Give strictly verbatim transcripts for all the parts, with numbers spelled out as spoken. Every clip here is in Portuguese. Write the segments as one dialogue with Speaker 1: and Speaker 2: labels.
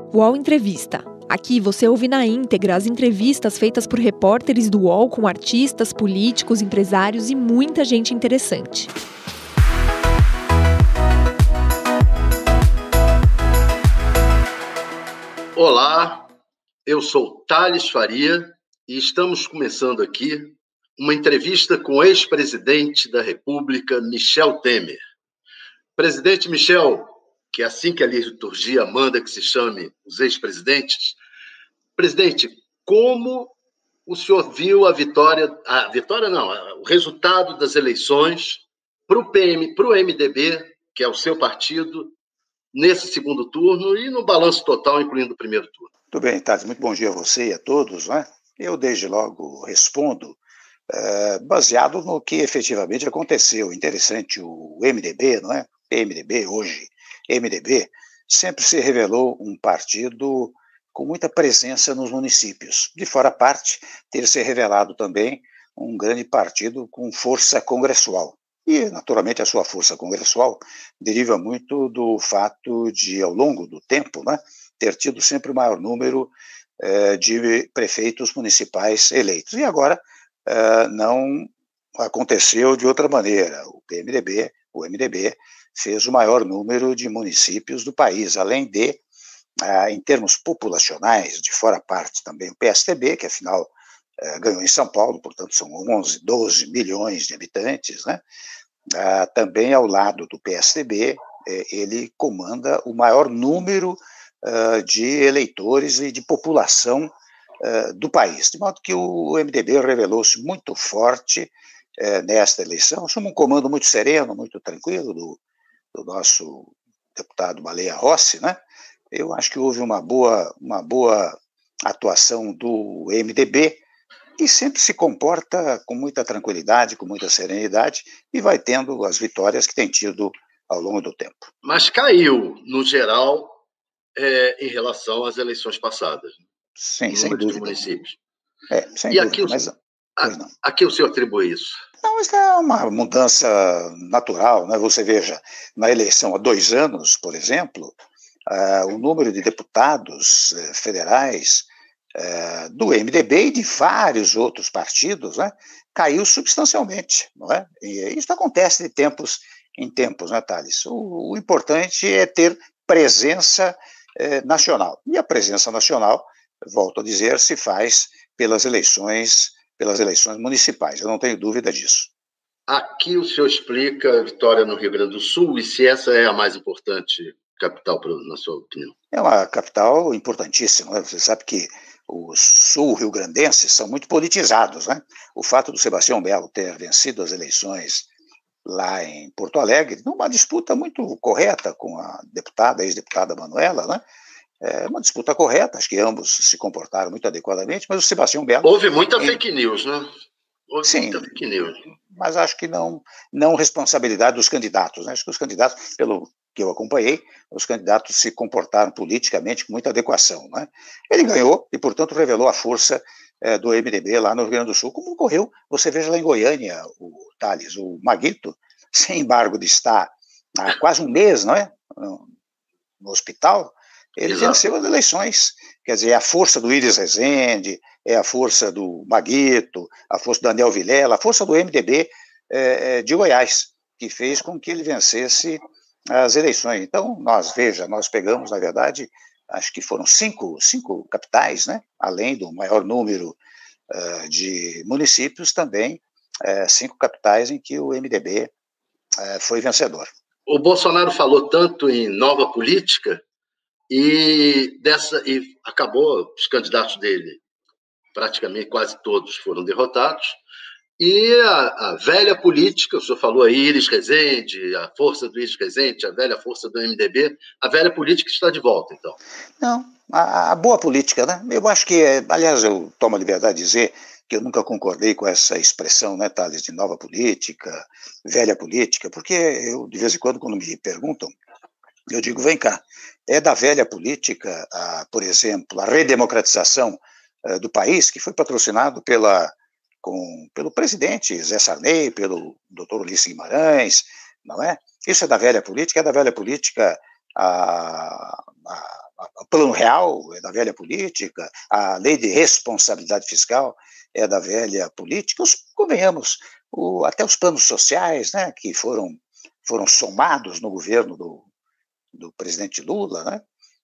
Speaker 1: U O L Entrevista. Aqui você ouve na íntegra as entrevistas feitas por repórteres do U O L com artistas, políticos, empresários e muita gente interessante.
Speaker 2: Olá, eu sou Thales Faria e estamos começando aqui uma entrevista com o ex-presidente da República, Michel Temer. Presidente Michel, que é assim que a liturgia manda que se chame os ex-presidentes. Presidente, como o senhor viu a vitória, a vitória não, o resultado das eleições para o P M, para o M D B, que é o seu partido, nesse segundo turno e no balanço total, incluindo o primeiro turno?
Speaker 3: Muito bem, Thales, muito bom dia a você e a todos, né? Eu desde logo respondo é, baseado no que efetivamente aconteceu. Interessante, o M D B, não é? M D B hoje, M D B, sempre se revelou um partido com muita presença nos municípios. De fora a parte, ter se revelado também um grande partido com força congressual. E, naturalmente, a sua força congressual deriva muito do fato de, ao longo do tempo, né, ter tido sempre o maior número eh, de prefeitos municipais eleitos. E agora eh, não aconteceu de outra maneira. O P M D B, o M D B, fez o maior número de municípios do país, além de, ah, em termos populacionais, de fora a parte também o P S T B, que afinal eh, ganhou em São Paulo, portanto são onze, doze milhões de habitantes, né? Ah, também ao lado do P S T B, eh, ele comanda o maior número ah, de eleitores e de população ah, do país, de modo que o M D B revelou-se muito forte eh, nesta eleição, sob um comando muito sereno, muito tranquilo do, do nosso deputado Baleia Rossi, né? Eu acho que houve uma boa, uma boa atuação do M D B, que sempre se comporta com muita tranquilidade, com muita serenidade, e vai tendo as vitórias que tem tido ao longo do tempo.
Speaker 2: Mas caiu, no geral, é, em relação às eleições passadas.
Speaker 3: Sim,
Speaker 2: no
Speaker 3: sem
Speaker 2: número
Speaker 3: dúvida.
Speaker 2: De municípios.
Speaker 3: É, sem
Speaker 2: e
Speaker 3: dúvida,
Speaker 2: aqui o,
Speaker 3: mas...
Speaker 2: a, aqui o senhor atribui isso?
Speaker 3: Não, isso é uma mudança natural, né? Você veja, na eleição há dois anos, por exemplo, uh, o número de deputados uh, federais uh, do M D B e de vários outros partidos, né, caiu substancialmente, não é? E isso acontece de tempos em tempos, né, Thales? O, o importante é ter presença uh, nacional. E a presença nacional, volto a dizer, se faz pelas eleições pelas eleições municipais, eu não tenho dúvida disso.
Speaker 2: Aqui o senhor explica a vitória no Rio Grande do Sul e se essa é a mais importante capital, na sua opinião?
Speaker 3: É uma capital importantíssima, né? Você sabe que os sul-riograndenses são muito politizados, né? O fato do Sebastião Melo ter vencido as eleições lá em Porto Alegre, numa disputa muito correta com a deputada, a ex-deputada Manuela, né? É uma disputa correta, acho que ambos se comportaram muito adequadamente, mas o Sebastião Melo...
Speaker 2: Houve muita ele... fake news, né? Houve
Speaker 3: Sim,
Speaker 2: muita fake news.
Speaker 3: Mas acho que não, não responsabilidade dos candidatos, né? Acho que os candidatos, pelo que eu acompanhei, os candidatos se comportaram politicamente com muita adequação, né? Ele ganhou e, portanto, revelou a força é, do M D B lá no Rio Grande do Sul, como ocorreu, você veja lá em Goiânia, o Thales, o Maguito, sem embargo de estar há quase um mês, não é? No, no hospital, ele Exato. venceu as eleições. Quer dizer, é a força do Iris Rezende, é a força do Maguito, a força do Daniel Vilela, a força do M D B é, de Goiás, que fez com que ele vencesse as eleições. Então, nós, veja, nós pegamos, na verdade, acho que foram cinco, cinco capitais, né? Além do maior número uh, de municípios, também uh, cinco capitais em que o M D B uh, foi vencedor.
Speaker 2: O Bolsonaro falou tanto em nova política, E, dessa, e acabou, os candidatos dele, praticamente quase todos foram derrotados, e a, a velha política, o senhor falou aí, Iris Rezende, a força do Iris Rezende, a velha força do M D B, a velha política está de volta, então.
Speaker 3: Não, a, a boa política, né? Eu acho que, aliás, eu tomo a liberdade de dizer que eu nunca concordei com essa expressão, né, Thales, de nova política, velha política, porque eu, de vez em quando, quando me perguntam, eu digo, vem cá, é da velha política, a, por exemplo, a redemocratização a, do país, que foi patrocinado pela, com, pelo presidente Zé Sarney, pelo doutor Ulisses Guimarães, não é? Isso é da velha política, é da velha política a, a, o Plano Real é da velha política, a Lei de Responsabilidade Fiscal é da velha política, os, convenhamos, o, até os planos sociais, né, que foram, foram somados no governo do, do presidente Lula, né,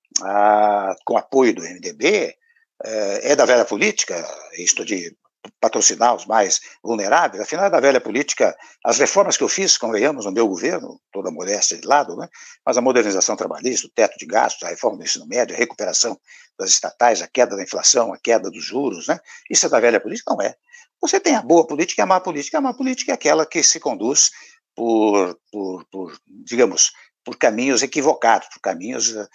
Speaker 3: a, com apoio do M D B, é, é da velha política, isto de patrocinar os mais vulneráveis, afinal, da velha política, as reformas que eu fiz, convenhamos, no meu governo, toda a modéstia de lado, né, mas a modernização trabalhista, o teto de gastos, a reforma do ensino médio, a recuperação das estatais, a queda da inflação, a queda dos juros, né, isso é da velha política? Não é. Você tem a boa política e a má política. A má política é aquela que se conduz por, por, por digamos, por caminhos equivocados, por caminhos uh,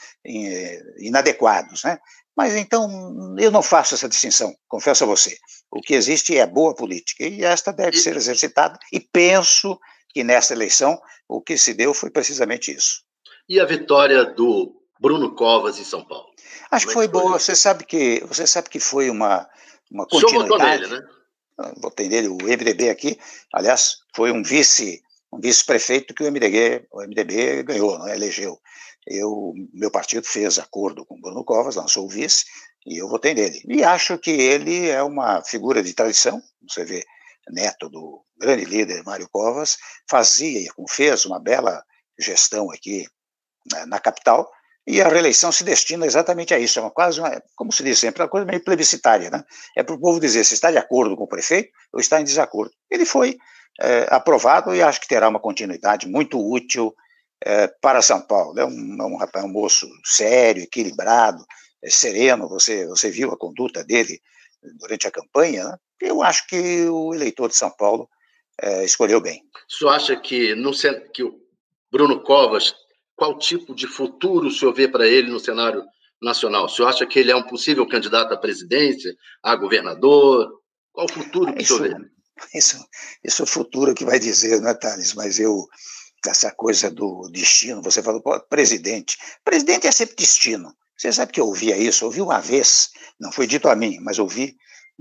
Speaker 3: inadequados, né? Mas então eu não faço essa distinção, confesso a você. O que existe é boa política e esta deve ser exercitada e penso que nesta eleição o que se deu foi precisamente isso.
Speaker 2: E a vitória do Bruno Covas em São Paulo?
Speaker 3: Acho que foi boa. Você sabe que você sabe que foi uma uma continuidade.
Speaker 2: O senhor votou nele, né?
Speaker 3: Votei nele, o M D B aqui, aliás, foi um vice um vice-prefeito que o M D B, o M D B ganhou, não é? Elegeu. Eu, meu partido fez acordo com o Bruno Covas, lançou o vice, e eu votei nele. E acho que ele é uma figura de tradição, você vê, neto do grande líder Mário Covas, fazia, fez uma bela gestão aqui, né, na capital, e a reeleição se destina exatamente a isso, é uma, quase uma, como se diz sempre, uma coisa meio plebiscitária, né? É para o povo dizer se está de acordo com o prefeito ou está em desacordo. Ele foi é, aprovado e acho que terá uma continuidade muito útil é, para São Paulo. É um, é um rapaz, um moço sério, equilibrado, é, sereno, você, você viu a conduta dele durante a campanha, né? Eu acho que o eleitor de São Paulo é, escolheu bem.
Speaker 2: O senhor acha que, no, que o Bruno Covas, qual tipo de futuro o senhor vê para ele no cenário nacional? O senhor acha que ele é um possível candidato à presidência, a governador? Qual o futuro que
Speaker 3: isso,
Speaker 2: o senhor vê?
Speaker 3: Isso, isso é o futuro que vai dizer, não é, Thales? Mas eu, essa coisa do destino, você falou, pô, presidente. Presidente é sempre destino. Você sabe que eu ouvia isso, ouvi uma vez, não foi dito a mim, mas ouvi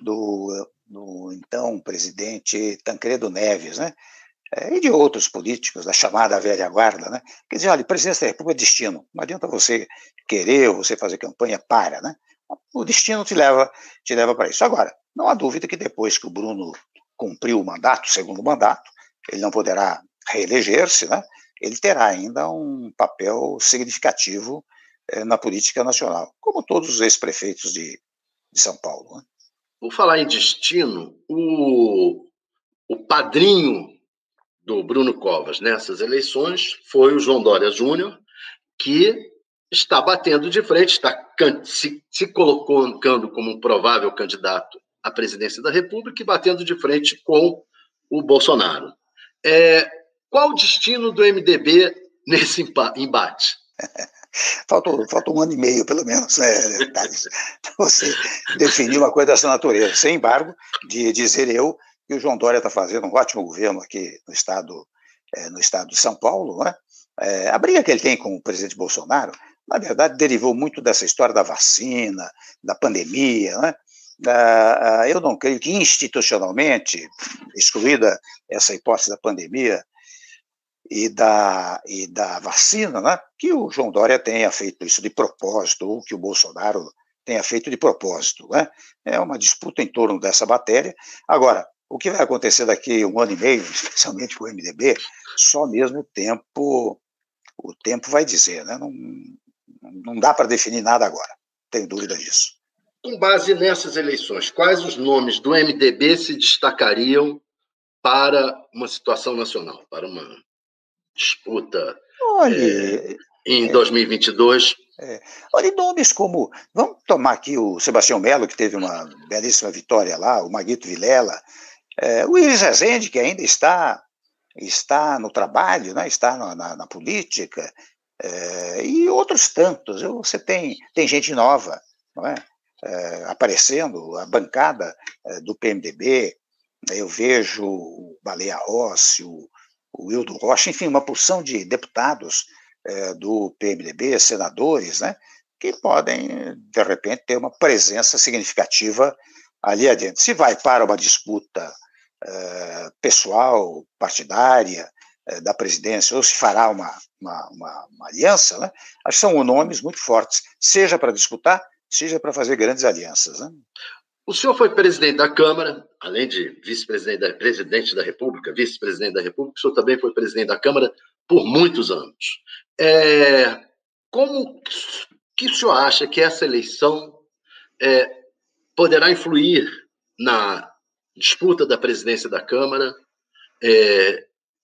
Speaker 3: do, do então presidente Tancredo Neves, né? É, e de outros políticos da chamada velha guarda, né? Quer dizer, olha, presidência da República é destino. Não adianta você querer ou você fazer campanha para, né? O destino te leva, te leva para isso. Agora, não há dúvida que depois que o Bruno cumpriu o mandato, o segundo mandato, ele não poderá reeleger-se, né? Ele terá ainda um papel significativo eh, na política nacional, como todos os ex-prefeitos de, de São Paulo, né?
Speaker 2: Por falar em destino, o, o padrinho do Bruno Covas nessas eleições foi o João Dória Júnior, que está batendo de frente, está se, se colocando como um provável candidato à presidência da República e batendo de frente com o Bolsonaro. É, qual o destino do M D B nesse embate?
Speaker 3: Faltou, faltou um ano e meio, pelo menos, né, Thales? Você definiu uma coisa dessa natureza, sem embargo, de dizer eu que o João Dória está fazendo um ótimo governo aqui no estado, é, no estado de São Paulo, né? É, a briga que ele tem com o presidente Bolsonaro, na verdade, derivou muito dessa história da vacina, da pandemia, né? Ah, eu não creio que institucionalmente, excluída essa hipótese da pandemia e da, e da vacina, né, que o João Dória tenha feito isso de propósito, ou que o Bolsonaro tenha feito de propósito, né? É uma disputa em torno dessa matéria. Agora, o que vai acontecer daqui um ano e meio, especialmente com o M D B, só mesmo o tempo, o tempo vai dizer, né? Não, não dá para definir nada agora, tenho dúvida disso.
Speaker 2: Com base nessas eleições, quais os nomes do M D B se destacariam para uma situação nacional, para uma disputa
Speaker 3: Olha,
Speaker 2: é, em dois mil e vinte e dois?
Speaker 3: É, olha, nomes como, vamos tomar aqui o Sebastião Melo, que teve uma belíssima vitória lá, o Maguito Vilela, é, o Iris Rezende, que ainda está, está no trabalho, né, está na, na, na política, é, e outros tantos. Você tem, tem gente nova, não é? É, aparecendo, a bancada é, do P M D B, eu vejo o Baleia Rossi, o, o Wildo Rocha, enfim, uma porção de deputados é, do P M D B, senadores, né, que podem, de repente, ter uma presença significativa ali adiante. Se vai para uma disputa é, pessoal, partidária, eh, da presidência, ou se fará uma, uma, uma, uma aliança, né? Acho que são nomes muito fortes, seja para disputar, seja para fazer grandes alianças, né?
Speaker 2: O senhor foi presidente da Câmara, além de vice-presidente da, presidente da República, vice-presidente da República, o senhor também foi presidente da Câmara por muitos anos. É, como que o senhor acha que essa eleição é, poderá influir na disputa da presidência da Câmara é,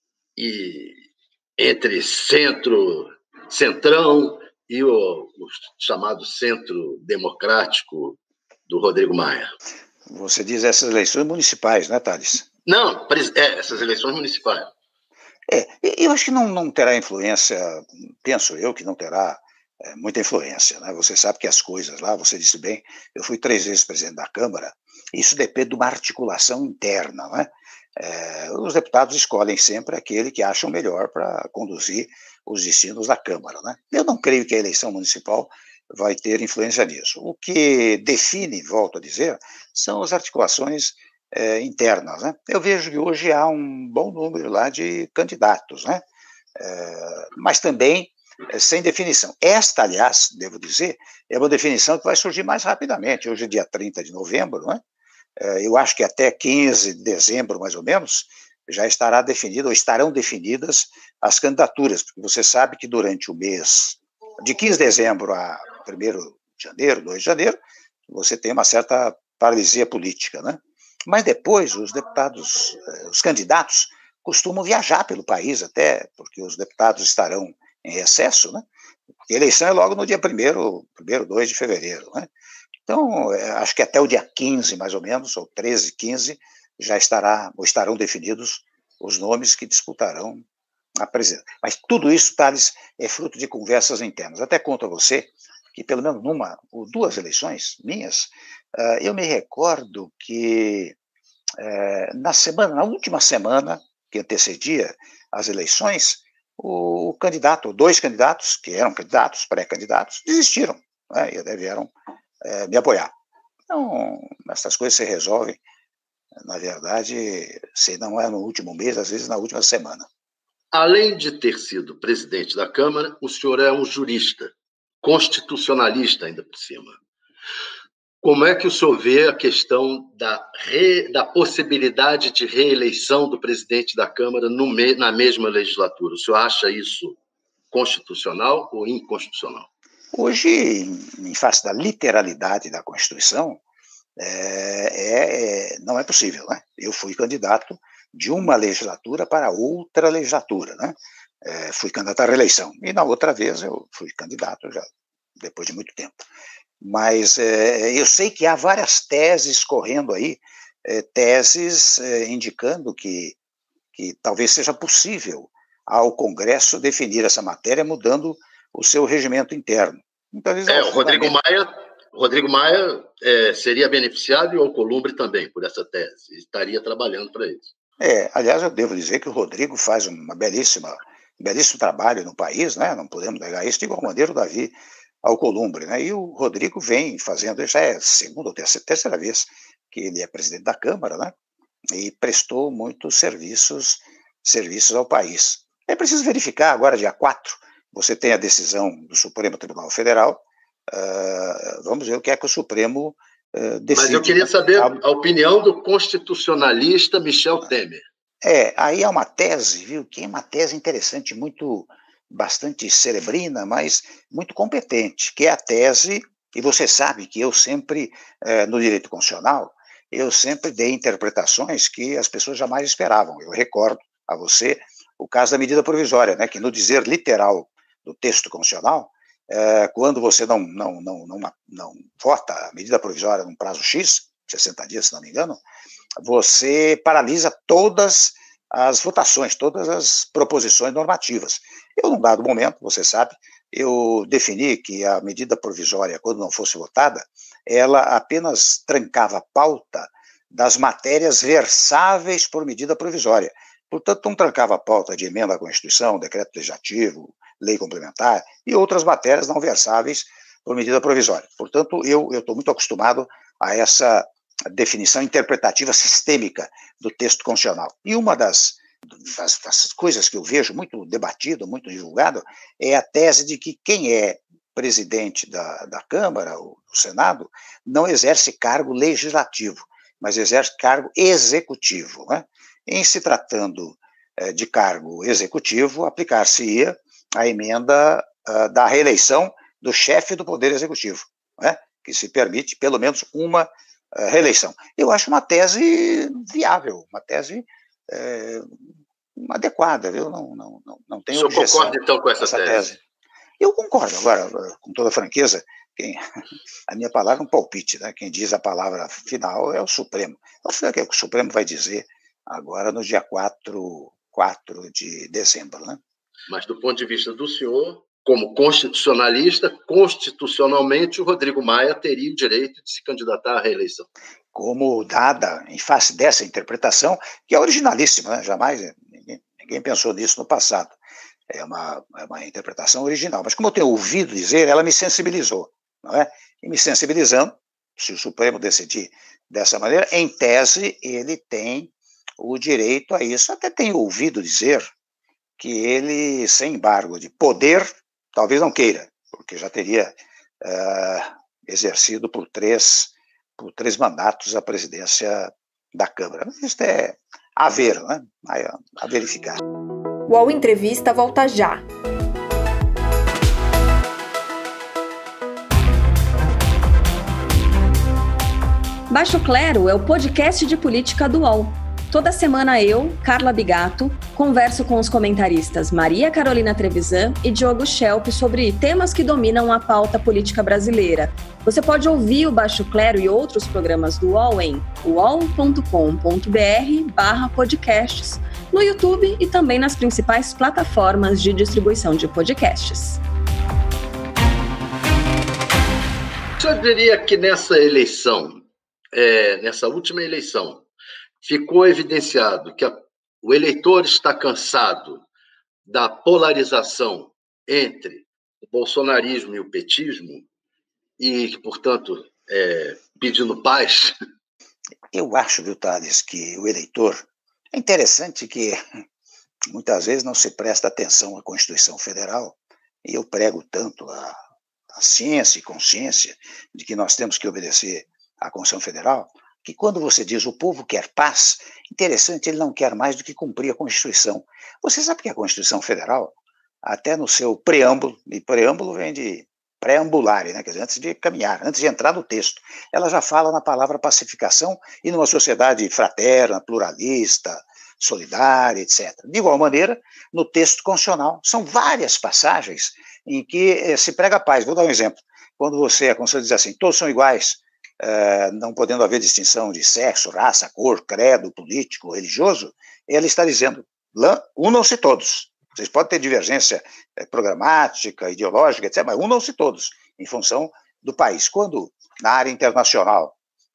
Speaker 2: e entre centro, centrão e o, o chamado centro democrático do Rodrigo Maia?
Speaker 3: Você diz essas eleições municipais, né, Thales?
Speaker 2: Não, é, essas eleições municipais.
Speaker 3: É, eu acho que não, não terá influência, penso eu que não terá é, muita influência, né? Você sabe que as coisas lá, você disse bem, eu fui três vezes presidente da Câmara, isso depende de uma articulação interna, né? É, os deputados escolhem sempre aquele que acham melhor para conduzir os destinos da Câmara, né? Eu não creio que a eleição municipal vai ter influência nisso. O que define, volto a dizer, são as articulações é, internas, né? Eu vejo que hoje há um bom número lá de candidatos, né? É, mas também é, sem definição. Esta, aliás, devo dizer, é uma definição que vai surgir mais rapidamente. Hoje é dia trinta de novembro, né? É, eu acho que até quinze de dezembro, mais ou menos, já estará definido, ou estarão definidas as candidaturas, porque você sabe que durante o mês de quinze de dezembro a primeiro de janeiro, dois de janeiro, você tem uma certa paralisia política, né? Mas depois os deputados, os candidatos costumam viajar pelo país até, porque os deputados estarão em recesso, né? A eleição é logo no dia primeiro, primeiro, dois de fevereiro, né? Então, acho que até o dia quinze, mais ou menos, ou treze, quinze, já estará, ou estarão definidos os nomes que disputarão a presidência. Mas tudo isso, Thales, é fruto de conversas internas. Até conto a você que, pelo menos numa ou duas eleições minhas, uh, eu me recordo que uh, na semana, na última semana que antecedia as eleições, o, o candidato, dois candidatos, que eram candidatos, pré-candidatos, desistiram, né, e até vieram uh, me apoiar. Então, essas coisas se resolvem, na verdade, se não é no último mês, às vezes na última semana.
Speaker 2: Além de ter sido presidente da Câmara, o senhor é um jurista, constitucionalista ainda por cima. Como é que o senhor vê a questão da, re, da possibilidade de reeleição do presidente da Câmara no me, na mesma legislatura? O senhor acha isso constitucional ou inconstitucional?
Speaker 3: Hoje, em face da literalidade da Constituição, é, é, não é possível, né? Eu fui candidato de uma legislatura para outra legislatura, né? É, fui candidato à reeleição. E na outra vez eu fui candidato já depois de muito tempo. Mas é, eu sei que há várias teses correndo aí, é, teses é, indicando que, que talvez seja possível ao Congresso definir essa matéria mudando o seu regimento interno. Então,
Speaker 2: é, o Rodrigo Maia, Rodrigo Maia é, seria beneficiado e o Alcolumbre também por essa tese, estaria trabalhando para isso.
Speaker 3: É, aliás, eu devo dizer que o Rodrigo faz uma belíssima, um belíssimo trabalho no país, né? Não podemos negar isso, de igual maneira o Davi Alcolumbre, né? E o Rodrigo vem fazendo, já é a segunda ou terceira, terceira vez que ele é presidente da Câmara, né? E prestou muitos serviços, serviços ao país. É preciso verificar, agora dia quatro, você tem a decisão do Supremo Tribunal Federal, uh, vamos ver o que é que o Supremo uh, decide.
Speaker 2: Mas eu queria saber a opinião do constitucionalista Michel Temer.
Speaker 3: É, aí é uma tese, viu, que é uma tese interessante, muito, bastante cerebrina, mas muito competente, que é a tese, e você sabe que eu sempre, eh, no direito constitucional, eu sempre dei interpretações que as pessoas jamais esperavam. Eu recordo a você o caso da medida provisória, né, que no dizer literal do texto constitucional, eh, quando você não, não, não, não, não vota a medida provisória num prazo X, sessenta dias, se não me engano, você paralisa todas as votações, todas as proposições normativas. Eu, num dado momento, você sabe, eu defini que a medida provisória, quando não fosse votada, ela apenas trancava a pauta das matérias versáveis por medida provisória. Portanto, não trancava a pauta de emenda à Constituição, decreto legislativo, lei complementar e outras matérias não versáveis por medida provisória. Portanto, eu estou muito acostumado a essa definição interpretativa sistêmica do texto constitucional. E uma das das, das coisas que eu vejo muito debatido, muito divulgado, é a tese de que quem é presidente da, da Câmara, ou do Senado, não exerce cargo legislativo, mas exerce cargo executivo, né? Em se tratando eh, de cargo executivo, aplicar-se-ia a emenda uh, da reeleição do chefe do Poder Executivo, né? Que se permite pelo menos uma uh, reeleição. Eu acho uma tese viável, uma tese eh, adequada, viu? Não, não, não, não tenho
Speaker 2: O senhor
Speaker 3: objeção
Speaker 2: concorda, então, com essa, essa tese? tese?
Speaker 3: Eu concordo. Agora, com toda franqueza, quem, a minha palavra é um palpite, né? Quem diz a palavra final é o Supremo. Vamos ver o que o Supremo vai dizer agora no dia quatro de dezembro, né?
Speaker 2: Mas do ponto de vista do senhor, como constitucionalista, constitucionalmente o Rodrigo Maia teria o direito de se candidatar à reeleição.
Speaker 3: Como dada em face dessa interpretação, que é originalíssima, né? Jamais, ninguém, ninguém pensou nisso no passado. É uma, é uma interpretação original. Mas como eu tenho ouvido dizer, ela me sensibilizou, não é? E me sensibilizando, se o Supremo decidir dessa maneira, em tese, ele tem o direito a isso. Até tenho ouvido dizer que ele, sem embargo de poder, talvez não queira, porque já teria uh, exercido por três, por três mandatos a presidência da Câmara. Mas isso é a ver, né? a, a verificar.
Speaker 1: O U O L Entrevista volta já. Baixo Clero é o podcast de política do U O L. Toda semana eu, Carla Bigato, converso com os comentaristas Maria Carolina Trevisan e Diogo Schelp sobre temas que dominam a pauta política brasileira. Você pode ouvir o Baixo Clero e outros programas do U O L em uol ponto com ponto br barra podcasts, no YouTube e também nas principais plataformas de distribuição de podcasts.
Speaker 2: O senhor diria que nessa eleição, é, nessa última eleição, ficou evidenciado que a, o eleitor está cansado da polarização entre o bolsonarismo e o petismo e que, portanto, é, pedindo paz?
Speaker 3: Eu acho, viu, Thales, que o eleitor... É interessante que muitas vezes não se presta atenção à Constituição Federal, e eu prego tanto a, a ciência e consciência de que nós temos que obedecer à Constituição Federal, que quando você diz o povo quer paz, interessante, ele não quer mais do que cumprir a Constituição. Você sabe que a Constituição Federal, até no seu preâmbulo, e preâmbulo vem de preambulare, né? Quer dizer, antes de caminhar, antes de entrar no texto, ela já fala na palavra pacificação e numa sociedade fraterna, pluralista, solidária, etcétera. De igual maneira, no texto constitucional, são várias passagens em que eh, se prega a paz. Vou dar um exemplo. Quando você, a Constituição diz assim, todos são iguais, Uh, não podendo haver distinção de sexo, raça, cor, credo, político, religioso, ela está dizendo, unam-se todos. Vocês podem ter divergência eh, programática, ideológica, etcétera, mas unam-se todos, em função do país. Quando, na área internacional,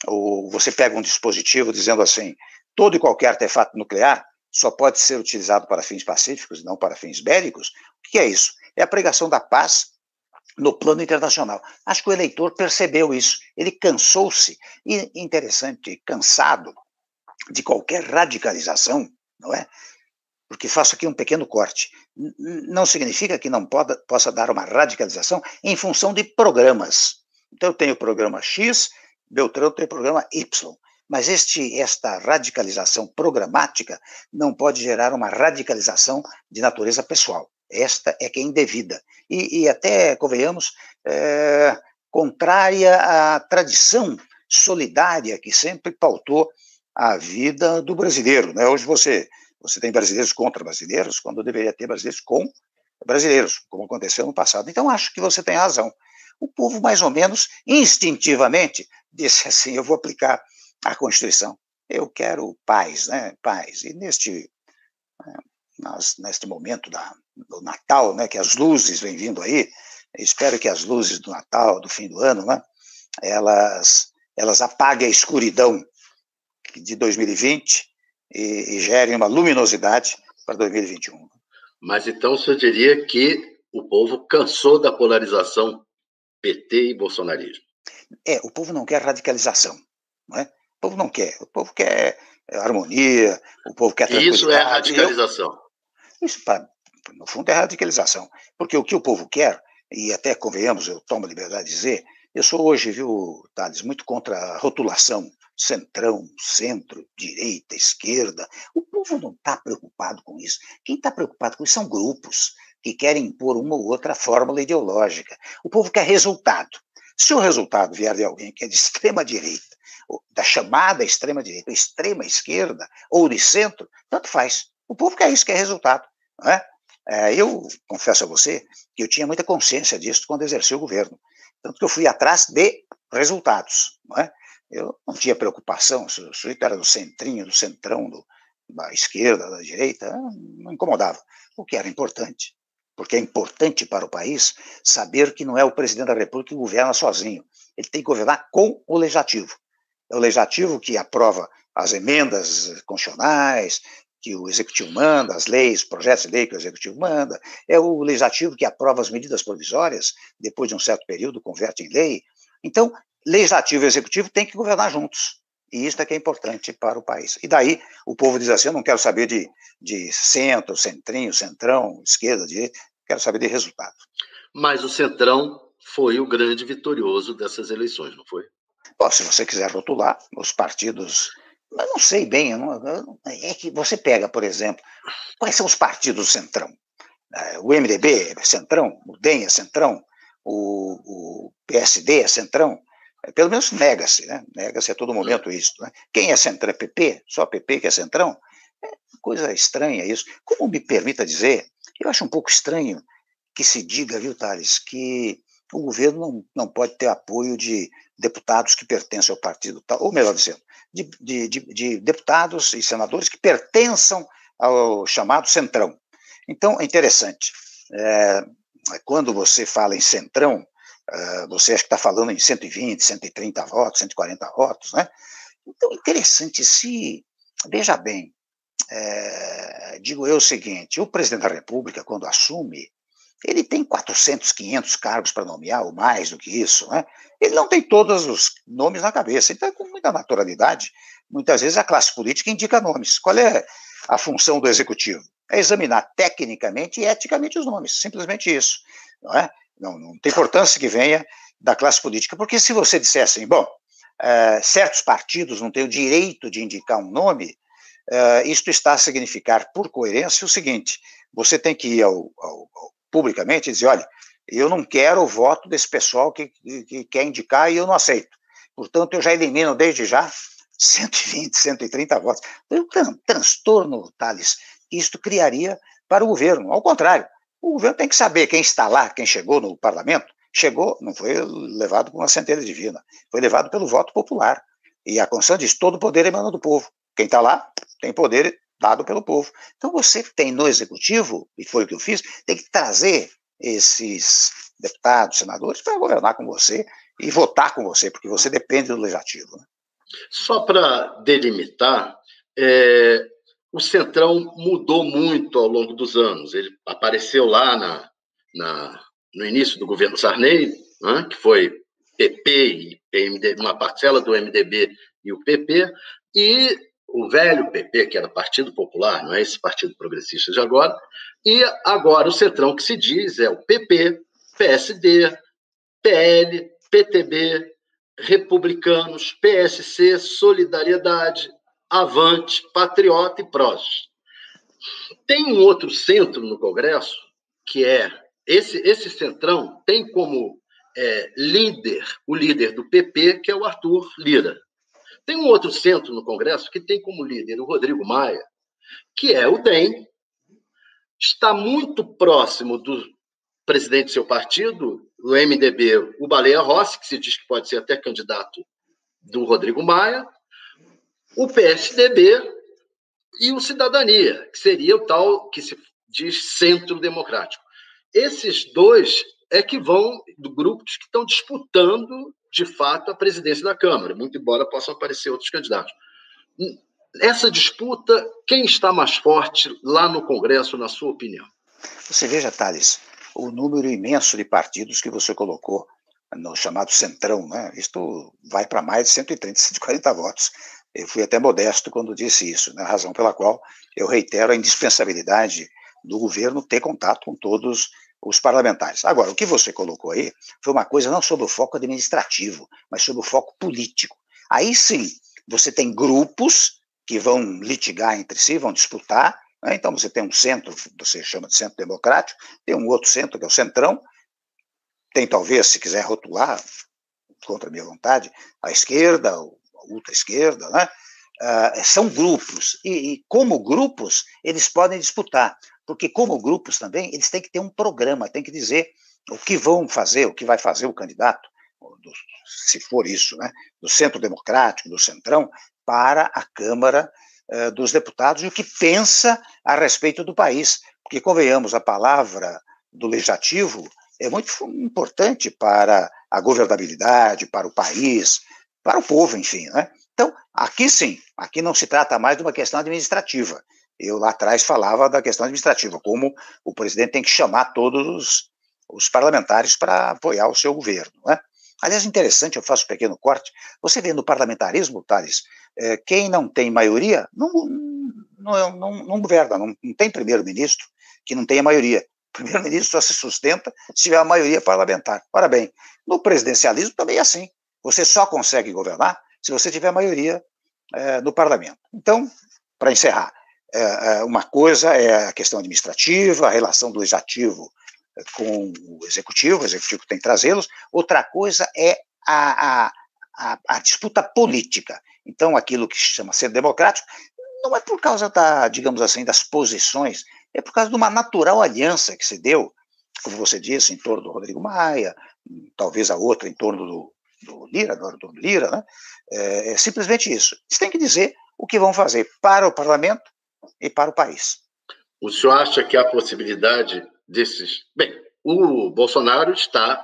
Speaker 3: ou você pega um dispositivo dizendo assim, todo e qualquer artefato nuclear só pode ser utilizado para fins pacíficos e não para fins bélicos, o que é isso? É a pregação da paz no plano internacional. Acho que o eleitor percebeu isso. Ele cansou-se, e interessante, cansado de qualquer radicalização, não é? Porque faço aqui um pequeno corte. Não significa que não poda, possa dar uma radicalização em função de programas. Então eu tenho o programa X, Beltrano tem o programa Y. Mas este, esta radicalização programática não pode gerar uma radicalização de natureza pessoal. Esta é que é indevida. E, e até, convenhamos, é, contrária à tradição solidária que sempre pautou a vida do brasileiro, né? Hoje você, você tem brasileiros contra brasileiros, quando deveria ter brasileiros com brasileiros, como aconteceu no passado. Então, acho que você tem razão. O povo, mais ou menos, instintivamente, disse assim, eu vou aplicar a Constituição. Eu quero paz, né? Paz. E neste... Nós, neste momento da, do Natal, né, que as luzes vêm vindo aí, espero que as luzes do Natal, do fim do ano, né, elas, elas apaguem a escuridão de dois mil e vinte e, e gerem uma luminosidade para dois mil e vinte e um.
Speaker 2: Mas então você diria que o povo cansou da polarização P T e bolsonarismo?
Speaker 3: É, o povo não quer radicalização, não é? O povo não quer, o povo quer harmonia, o povo quer tranquilidade.
Speaker 2: Isso é radicalização.
Speaker 3: Eu, isso, pra, no fundo, é radicalização. Porque o que o povo quer, e até convenhamos, eu tomo a liberdade de dizer, eu sou hoje, viu, Thales, muito contra a rotulação, centrão, centro, direita, esquerda. O povo não está preocupado com isso. Quem está preocupado com isso são grupos que querem impor uma ou outra fórmula ideológica. O povo quer resultado. Se o resultado vier de alguém que é de extrema direita, da chamada extrema direita, extrema esquerda, ou de centro, tanto faz. O povo quer isso, quer resultado. Não é? É, eu confesso a você que eu tinha muita consciência disso quando exerci o governo. Tanto que eu fui atrás de resultados. Não é? Eu não tinha preocupação se o sujeito era do centrinho, do centrão, do, da esquerda, da direita, não incomodava. O que era importante, porque é importante para o país saber que não é o presidente da República que governa sozinho. Ele tem que governar com o legislativo. É o legislativo que aprova as emendas constitucionais, que o executivo manda, as leis, projetos de lei que o executivo manda. É o legislativo que aprova as medidas provisórias, depois de um certo período converte em lei. Então, legislativo e executivo têm que governar juntos. E isso é que é importante para o país. E daí o povo diz assim, eu não quero saber de, de centro, centrinho, centrão, esquerda, direita, quero saber de resultado.
Speaker 2: Mas o centrão foi o grande vitorioso dessas eleições, não foi?
Speaker 3: Bom, se você quiser rotular, os partidos... Eu não sei bem, eu não, eu, é que você pega, por exemplo, quais são os partidos do centrão? O M D B é centrão, o D E M é centrão, o, o P S D é centrão, pelo menos nega-se, né? Nega-se a todo momento isso. Né? Quem é centrão é P P? Só P P que é centrão? É coisa estranha isso. Como me permita dizer, eu acho um pouco estranho que se diga, viu, Thales, que o governo não, não pode ter apoio de deputados que pertencem ao partido tal, ou melhor dizendo, de, de, de, de deputados e senadores que pertençam ao chamado centrão. Então, é interessante. É, quando você fala em centrão, é, você acha que está falando em cento e vinte, cento e trinta votos, cento e quarenta votos, né? Então, interessante se... Veja bem, é, digo eu o seguinte, o presidente da República, quando assume, ele tem quatrocentos, quinhentos cargos para nomear, ou mais do que isso, né? Ele não tem todos os nomes na cabeça, então, com muita naturalidade, muitas vezes a classe política indica nomes. Qual é a função do executivo? É examinar tecnicamente e eticamente os nomes, simplesmente isso. Não é? Não, não tem importância que venha da classe política, porque se você dissesse assim, bom, é, certos partidos não têm o direito de indicar um nome, é, isto está a significar, por coerência, o seguinte, você tem que ir ao, ao, ao publicamente e dizer, olha, eu não quero o voto desse pessoal que, que, que quer indicar e eu não aceito. Portanto, eu já elimino desde já cento e vinte, cento e trinta votos. Então, um transtorno, Thales, isto criaria para o governo. Ao contrário, o governo tem que saber quem está lá, quem chegou no parlamento, chegou, não foi levado por uma centelha divina, foi levado pelo voto popular. E a Constituição diz, todo poder emana do povo. Quem está lá tem poder dado pelo povo. Então você tem no executivo, e foi o que eu fiz, tem que trazer esses deputados, senadores, para governar com você e votar com você, porque você depende do legislativo. Né?
Speaker 2: Só para delimitar, é, o Centrão mudou muito ao longo dos anos. Ele apareceu lá na, na, no início do governo Sarney, né, que foi P P e P M D B, uma parcela do M D B e o P P, e o velho P P, que era Partido Popular, não é esse Partido Progressista de agora, e agora o Centrão que se diz é o P P, P S D, P L, P T B, Republicanos, P S C, Solidariedade, Avante, Patriota e Prós. Tem um outro centro no Congresso, que é, esse, esse Centrão tem como é, líder, o líder do P P, que é o Arthur Lira. Tem um outro centro no Congresso que tem como líder o Rodrigo Maia, que é o D E M, está muito próximo do presidente do seu partido, o M D B, o Baleia Rossi, que se diz que pode ser até candidato do Rodrigo Maia, o P S D B e o Cidadania, que seria o tal que se diz centro democrático. Esses dois é que vão, do grupos que estão disputando, de fato, a presidência da Câmara, muito embora possam aparecer outros candidatos. Essa disputa, quem está mais forte lá no Congresso, na sua opinião?
Speaker 3: Você veja, Thales, o número imenso de partidos que você colocou no chamado Centrão, né? Isto vai para mais de cento e trinta, cento e quarenta votos. Eu fui até modesto quando disse isso, né? A razão pela qual eu reitero a indispensabilidade do governo ter contato com todos os parlamentares. Agora, o que você colocou aí foi uma coisa não sobre o foco administrativo, mas sobre o foco político. Aí sim, você tem grupos que vão litigar entre si, vão disputar, né? Então você tem um centro, você chama de centro democrático, tem um outro centro, que é o centrão, tem talvez, se quiser rotular, contra a minha vontade, a esquerda, a ultra-esquerda, né? Uh, são grupos, e, e como grupos eles podem disputar, porque como grupos também eles têm que ter um programa, têm que dizer o que vão fazer, o que vai fazer o candidato, do, se for isso, né, do Centro Democrático, do Centrão, para a Câmara uh, dos Deputados, e o que pensa a respeito do país, porque convenhamos, a palavra do Legislativo é muito importante para a governabilidade, para o país, para o povo, enfim, né? Então, aqui sim, aqui não se trata mais de uma questão administrativa. Eu lá atrás falava da questão administrativa, como o presidente tem que chamar todos os, os parlamentares para apoiar o seu governo, né? Aliás, interessante, eu faço um pequeno corte, você vê no parlamentarismo, Thales, é, quem não tem maioria não, não, não, não governa, não, não tem primeiro-ministro que não tenha maioria. O primeiro-ministro só se sustenta se tiver a maioria parlamentar. Ora bem, no presidencialismo também é assim. Você só consegue governar se você tiver maioria é, no parlamento. Então, para encerrar, é, uma coisa é a questão administrativa, a relação do legislativo com o executivo, o executivo tem que trazê-los. Outra coisa é a, a, a, a disputa política. Então, aquilo que se chama ser democrático não é por causa da, digamos assim, das posições, é por causa de uma natural aliança que se deu, como você disse, em torno do Rodrigo Maia, talvez a outra em torno do do Lira, do Arthur Lira, né? É, é simplesmente isso. Eles têm que dizer o que vão fazer para o parlamento e para o país.
Speaker 2: O senhor acha que há possibilidade desses... Bem, o Bolsonaro está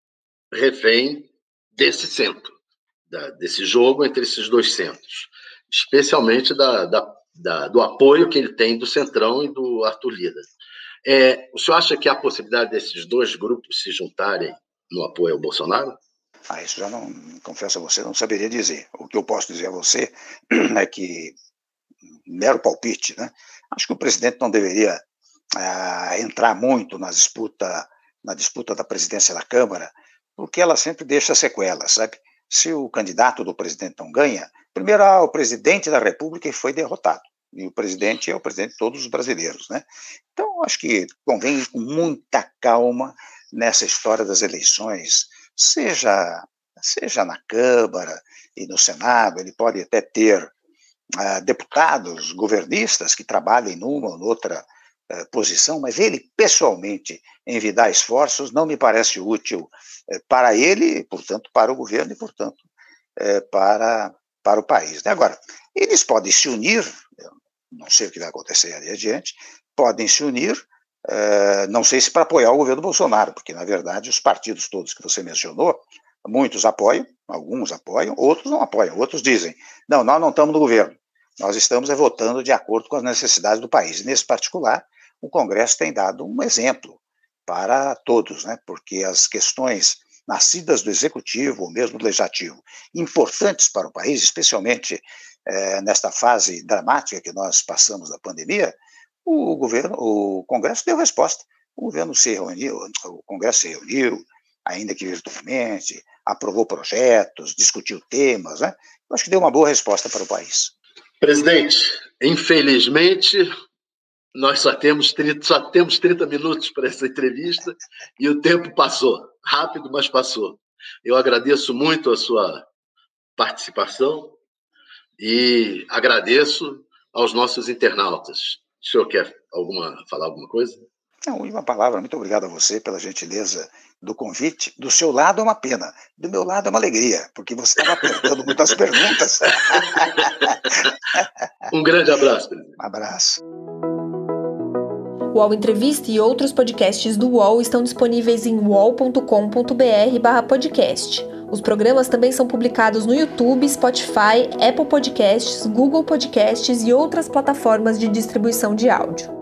Speaker 2: refém desse centro, da, desse jogo entre esses dois centros, especialmente da, da, da, do apoio que ele tem do Centrão e do Arthur Lira. É, o senhor acha que há possibilidade desses dois grupos se juntarem no apoio ao Bolsonaro?
Speaker 3: Ah, isso já não, confesso a você, não saberia dizer. O que eu posso dizer a você é que, mero palpite, né? Acho que o presidente não deveria ah, entrar muito na disputa, na disputa da presidência da Câmara, porque ela sempre deixa sequelas, sabe? Se o candidato do presidente não ganha, primeiro ah, o presidente da República foi derrotado, e o presidente é o presidente de todos os brasileiros, né? Então, acho que convém ir com muita calma nessa história das eleições, seja, seja na Câmara e no Senado. Ele pode até ter uh, deputados governistas que trabalhem numa ou noutra uh, posição, mas ele, pessoalmente, envidar esforços não me parece útil uh, para ele, portanto, para o governo e, portanto, uh, para, para o país. Agora, eles podem se unir, eu não sei o que vai acontecer ali adiante, podem se unir, Uh, não sei se para apoiar o governo Bolsonaro, porque, na verdade, os partidos todos que você mencionou, muitos apoiam, alguns apoiam, outros não apoiam, outros dizem, não, nós não estamos no governo, nós estamos é, votando de acordo com as necessidades do país. E, nesse particular, o Congresso tem dado um exemplo para todos, né, porque as questões nascidas do Executivo, ou mesmo do Legislativo, importantes para o país, especialmente eh, nesta fase dramática que nós passamos da pandemia, o governo, o Congresso deu resposta. O governo se reuniu, o Congresso se reuniu, ainda que virtualmente, aprovou projetos, discutiu temas, né? Eu acho que deu uma boa resposta para o país.
Speaker 2: Presidente, infelizmente, nós só temos trinta, só temos trinta minutos para essa entrevista e o tempo passou, rápido, mas passou. Eu agradeço muito a sua participação e agradeço aos nossos internautas. O senhor quer alguma, falar alguma coisa?
Speaker 3: Não, uma palavra. Muito obrigado a você pela gentileza do convite. Do seu lado é uma pena, do meu lado é uma alegria, porque você estava apertando muitas perguntas.
Speaker 2: Um grande abraço, presidente.
Speaker 3: Um abraço.
Speaker 1: O U O L Entrevista e outros podcasts do U O L estão disponíveis em u o l ponto com ponto b r barra podcast. Os programas também são publicados no YouTube, Spotify, Apple Podcasts, Google Podcasts e outras plataformas de distribuição de áudio.